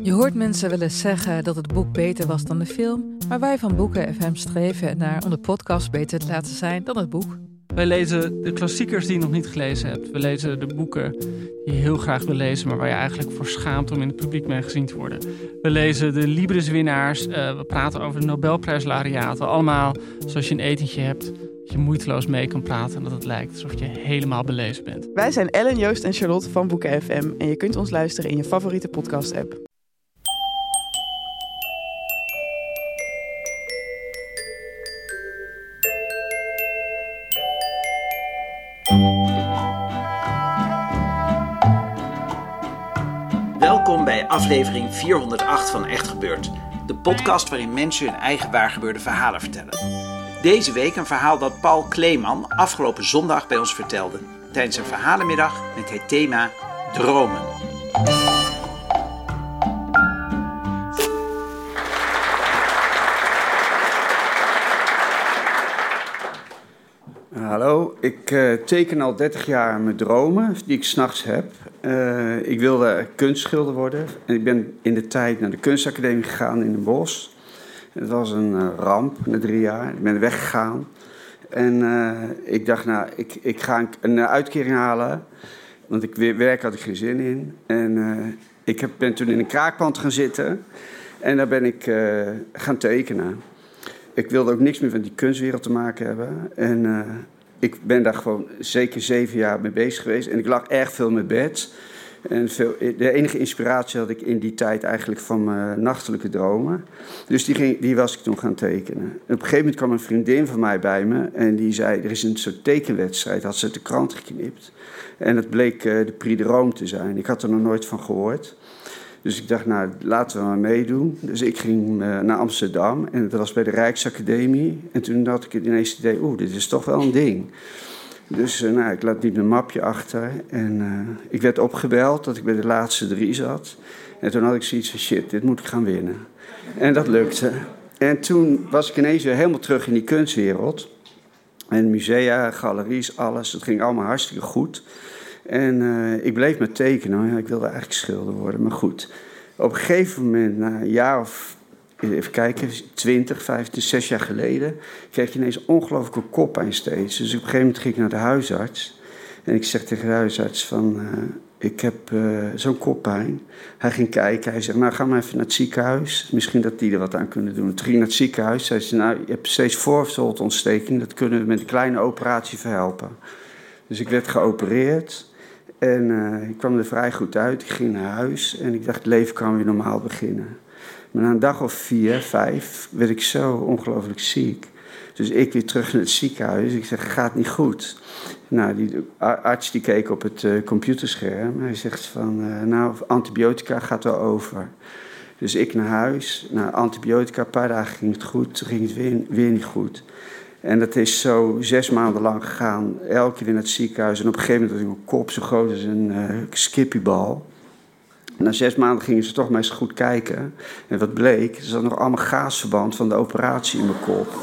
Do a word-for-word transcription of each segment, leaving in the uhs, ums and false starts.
Je hoort mensen wel eens zeggen dat het boek beter was dan de film, maar wij van Boeken F M streven ernaar om de podcast beter te laten zijn dan het boek. Wij lezen de klassiekers die je nog niet gelezen hebt. We lezen de boeken die je heel graag wil lezen, maar waar je eigenlijk voor schaamt om in het publiek mee gezien te worden. We lezen de Libris-winnaars. Uh, we praten over de Nobelprijslaureaten. Allemaal zoals je een etentje hebt, dat je moeiteloos mee kan praten en dat het lijkt alsof je helemaal belezen bent. Wij zijn Ellen, Joost en Charlotte van Boeken F M en je kunt ons luisteren in je favoriete podcast-app. Welkom bij aflevering vierhonderdacht van Echt Gebeurd. De podcast waarin mensen hun eigen waargebeurde verhalen vertellen. Deze week een verhaal dat Paul Kleeman afgelopen zondag bij ons vertelde. Tijdens een verhalenmiddag met het thema dromen. Hallo, ik uh, teken al dertig jaar mijn dromen die ik 's nachts heb. Uh, ik wilde kunstschilder worden en ik ben in de tijd naar de kunstacademie gegaan in Den Bosch. Het was een uh, ramp na drie jaar. Ik ben weggegaan en uh, ik dacht, nou, ik, ik ga een, een uitkering halen, want ik weer werk had ik geen zin in. En uh, ik heb, ben toen in een kraakpand gaan zitten en daar ben ik uh, gaan tekenen. Ik wilde ook niks meer van die kunstwereld te maken hebben. En uh, ik ben daar gewoon zeker zeven jaar mee bezig geweest. En ik lag erg veel in mijn bed. En veel, de enige inspiratie had ik in die tijd eigenlijk van mijn nachtelijke dromen. Dus die, ging, die was ik toen gaan tekenen. En op een gegeven moment kwam een vriendin van mij bij me. En die zei, er is een soort tekenwedstrijd. Had ze uit de krant geknipt. En dat bleek uh, de Prix de Rome te zijn. Ik had er nog nooit van gehoord. Dus ik dacht, nou, laten we maar meedoen. Dus ik ging uh, naar Amsterdam en dat was bij de Rijksacademie. En toen had ik het ineens het idee, oeh, dit is toch wel een ding. Dus uh, nou, ik laat niet mijn mapje achter. En uh, ik werd opgebeld dat ik bij de laatste drie zat. En toen had ik zoiets van, shit, dit moet ik gaan winnen. En dat lukte. En toen was ik ineens weer helemaal terug in die kunstwereld. En musea, galeries, alles, dat ging allemaal hartstikke goed. En uh, ik bleef met tekenen. Ja, ik wilde eigenlijk schilder worden, maar goed. Op een gegeven moment, na een jaar of, even kijken, twintig, vijftien, zes jaar geleden, kreeg ik ineens ongelooflijke koppijn steeds. Dus op een gegeven moment ging ik naar de huisarts. En ik zeg tegen de huisarts van, uh, ik heb uh, zo'n koppijn. Hij ging kijken, hij zegt, nou ga maar even naar het ziekenhuis. Misschien dat die er wat aan kunnen doen. Toen ging ik naar het ziekenhuis, zei ze, nou je hebt steeds voorhoofdholteontsteking. Dat kunnen we met een kleine operatie verhelpen. Dus ik werd geopereerd. En uh, ik kwam er vrij goed uit. Ik ging naar huis en ik dacht, het leven kan weer normaal beginnen. Maar na een dag of vier, vijf, werd ik zo ongelooflijk ziek. Dus ik weer terug naar het ziekenhuis. Ik zeg, gaat niet goed. Nou, die arts die keek op het uh, computerscherm. Hij zegt van, uh, nou, antibiotica gaat wel over. Dus ik naar huis. Nou, antibiotica, een paar dagen ging het goed. Toen ging het weer, weer niet goed. En dat is zo zes maanden lang gegaan, elke keer in het ziekenhuis. En op een gegeven moment had ik een kop zo groot als een uh, skippiebal. Na zes maanden gingen ze toch maar eens goed kijken. En wat bleek, er zat nog allemaal gaasverband van de operatie in mijn kop.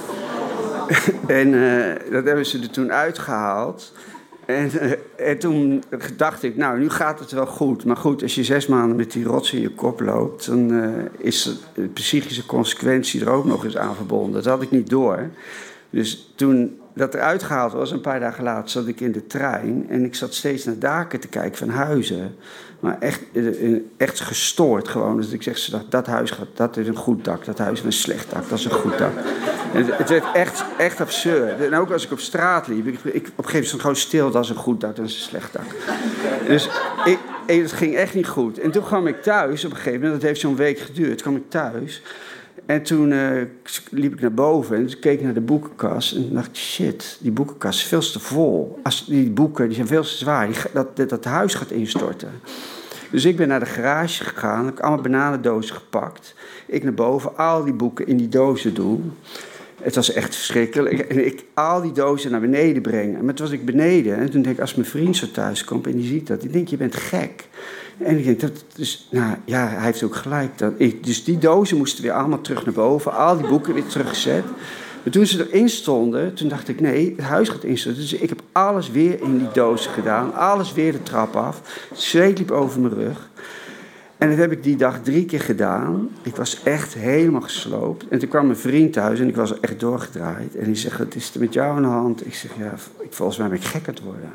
en uh, dat hebben ze er toen uitgehaald. En, uh, en toen dacht ik, nou, nu gaat het wel goed. Maar goed, als je zes maanden met die rots in je kop loopt, dan uh, is de psychische consequentie er ook nog eens aan verbonden. Dat had ik niet door. Dus toen dat eruit gehaald was, een paar dagen later, zat ik in de trein. En ik zat steeds naar daken te kijken van huizen. Maar echt, echt gestoord gewoon. Dus ik zeg, dat huis gaat, dat is een goed dak. Dat huis is een slecht dak, dat is een goed dak. En het, het werd echt, echt absurd. En ook als ik op straat liep, ik, ik, op een gegeven moment stond gewoon stil. Dat is een goed dak, dat is een slecht dak. Dus ik, het ging echt niet goed. En toen kwam ik thuis op een gegeven moment, dat heeft zo'n week geduurd. Toen kwam ik thuis. En toen uh, liep ik naar boven en keek ik naar de boekenkast. En dacht ik, shit, die boekenkast is veel te vol. Als die boeken die zijn veel te zwaar. Die, dat, dat, dat huis gaat instorten. Dus ik ben naar de garage gegaan. Heb ik allemaal bananendozen gepakt. Ik naar boven, al die boeken in die dozen doen. Het was echt verschrikkelijk. En ik al die dozen naar beneden brengen. Maar toen was ik beneden. En toen denk ik, als mijn vriend zo thuis komt en die ziet dat. Die denkt, je bent gek. En ik denk, dat dus, nou ja, hij heeft ook gelijk. Dat ik, dus die dozen moesten weer allemaal terug naar boven. Al die boeken weer teruggezet. Maar toen ze erin stonden, toen dacht ik, nee, het huis gaat instorten. Dus ik heb alles weer in die dozen gedaan. Alles weer de trap af. Het zweet liep over mijn rug. En dat heb ik die dag drie keer gedaan. Ik was echt helemaal gesloopt. En toen kwam mijn vriend thuis en ik was echt doorgedraaid. En die zegt, wat is er met jou aan de hand? Ik zeg, ja, ik, volgens mij ben ik gek aan het worden.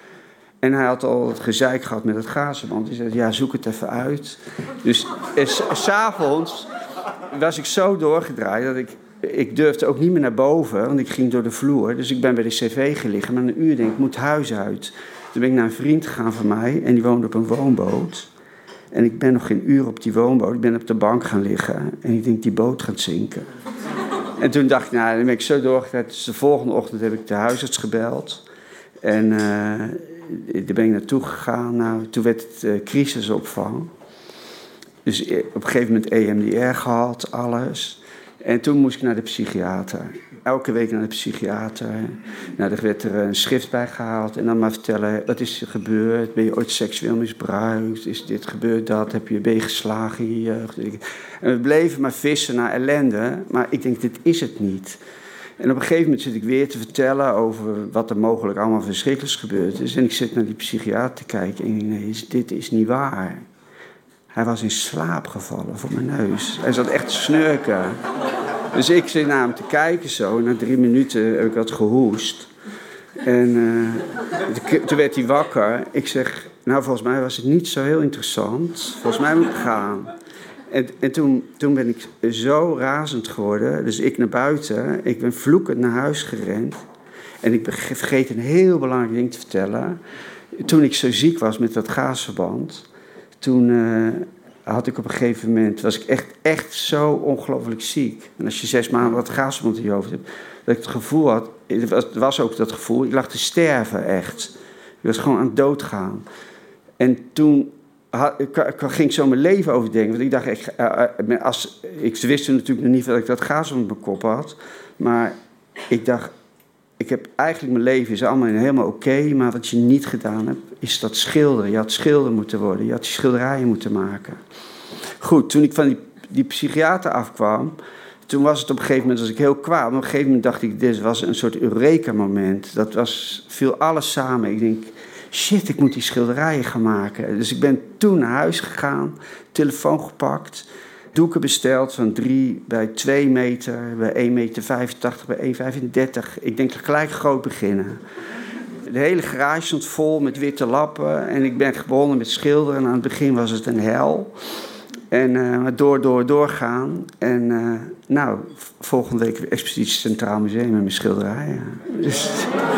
En hij had al het gezeik gehad met het gazenband. Hij zei, ja, zoek het even uit. Dus eh, s- 's avonds was ik zo doorgedraaid dat ik... Ik durfde ook niet meer naar boven, want ik ging door de vloer. Dus ik ben bij de cv gelegen. Maar een uur denk ik, ik moet huis uit. Toen ben ik naar een vriend gegaan van mij. En die woonde op een woonboot. En ik ben nog geen uur op die woonboot. Ik ben op de bank gaan liggen. En ik denk, die boot gaat zinken. En toen dacht ik, nou, dan ben ik zo doorgedraaid. Dus de volgende ochtend heb ik de huisarts gebeld. En uh, daar ben ik naartoe gegaan. Nou, toen werd het uh, crisisopvang. Dus op een gegeven moment E M D R gehad, alles. En toen moest ik naar de psychiater. Elke week naar de psychiater. Nou, er werd er een schrift bij gehaald. En dan maar vertellen, wat is er gebeurd? Ben je ooit seksueel misbruikt? Is dit gebeurd, dat? Heb je, ben je geslagen in je jeugd? En we bleven maar vissen naar ellende. Maar ik denk, dit is het niet. En op een gegeven moment zit ik weer te vertellen over wat er mogelijk allemaal verschrikkelijks gebeurd is. En ik zit naar die psychiater te kijken en ik denk, nee, dit is niet waar. Hij was in slaap gevallen voor mijn neus. Hij zat echt te snurken. Dus ik zit naar hem te kijken zo. En na drie minuten heb ik wat gehoest. En uh, toen werd hij wakker. Ik zeg, nou volgens mij was het niet zo heel interessant. Volgens mij moet ik gaan. En, en toen, toen ben ik zo razend geworden. Dus ik naar buiten. Ik ben vloekend naar huis gerend. En ik vergeet een heel belangrijk ding te vertellen. Toen ik zo ziek was met dat gaasverband... Toen uh, had ik op een gegeven moment, was ik echt, echt zo ongelooflijk ziek. En als je zes maanden wat gaasverband in je hoofd hebt, dat ik het gevoel had, het was, het was ook dat gevoel, ik lag te sterven echt. Ik was gewoon aan het doodgaan. En toen had, ik, ik ging ik zo mijn leven overdenken. Want ik dacht, ik, uh, als, ik wist toen natuurlijk nog niet dat ik dat gaasverband op mijn kop had. Maar ik dacht, ik heb eigenlijk mijn leven is allemaal helemaal oké, okay, maar wat je niet gedaan hebt, is dat schilderen. Je had schilder moeten worden, je had die schilderijen moeten maken. Goed, toen ik van die, die psychiater afkwam, toen was het op een gegeven moment, was ik heel kwaad. Maar op een gegeven moment dacht ik, dit was een soort Eureka-moment. Dat was, viel alles samen. Ik denk, shit, ik moet die schilderijen gaan maken. Dus ik ben toen naar huis gegaan, telefoon gepakt, doeken besteld van drie bij twee meter, bij één meter vijfentachtig, bij één vijfendertig. Ik denk gelijk groot beginnen. De hele garage stond vol met witte lappen en ik ben begonnen met schilderen. En aan het begin was het een hel. En uh, door, door, doorgaan. En uh, nou, volgende week expositie Centraal Museum met mijn schilderijen. Dus...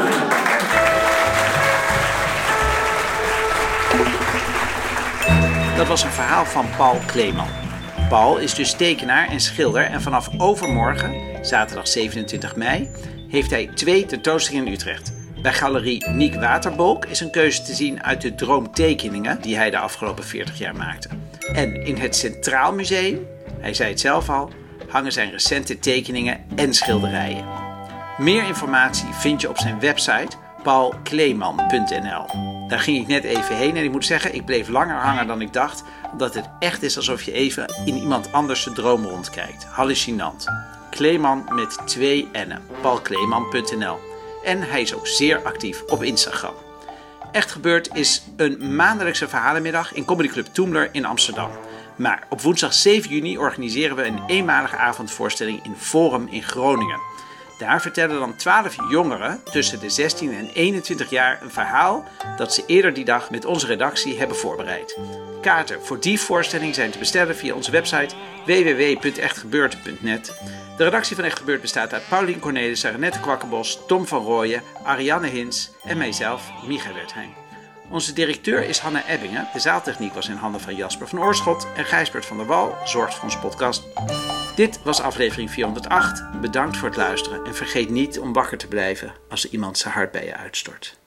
Dat was een verhaal van Paul Kleeman. Paul is dus tekenaar en schilder en vanaf overmorgen, zaterdag zevenentwintig mei, heeft hij twee tentoonstellingen in Utrecht. Bij galerie Niek Waterbolk is een keuze te zien uit de droomtekeningen die hij de afgelopen veertig jaar maakte. En in het Centraal Museum, hij zei het zelf al, hangen zijn recente tekeningen en schilderijen. Meer informatie vind je op zijn website paul kleeman punt n l. Daar ging ik net even heen en ik moet zeggen, ik bleef langer hangen dan ik dacht, omdat het echt is alsof je even in iemand anders de droom rondkijkt. Hallucinant. Kleeman met twee N'en. paul kleeman punt n l. En hij is ook zeer actief op Instagram. Echt Gebeurd is een maandelijkse verhalenmiddag in Comedy Club Toemler in Amsterdam. Maar op woensdag zeven juni organiseren we een eenmalige avondvoorstelling in Forum in Groningen. Daar vertellen dan twaalf jongeren tussen de zestien en eenentwintig jaar een verhaal dat ze eerder die dag met onze redactie hebben voorbereid. Kaarten voor die voorstelling zijn te bestellen via onze website w w w punt echt gebeurd punt net. De redactie van Echt Gebeurd bestaat uit Paulien Cornelissen, Renette Kwakkenbos, Tom van Rooyen, Ariane Hins en mijzelf, Micha Wertheim. Onze directeur is Hanna Ebbingen, de zaaltechniek was in handen van Jasper van Oorschot en Gijsbert van der Wal zorgt voor onze podcast. Dit was aflevering vierhonderdacht. Bedankt voor het luisteren en vergeet niet om wakker te blijven als er iemand zijn hart bij je uitstort.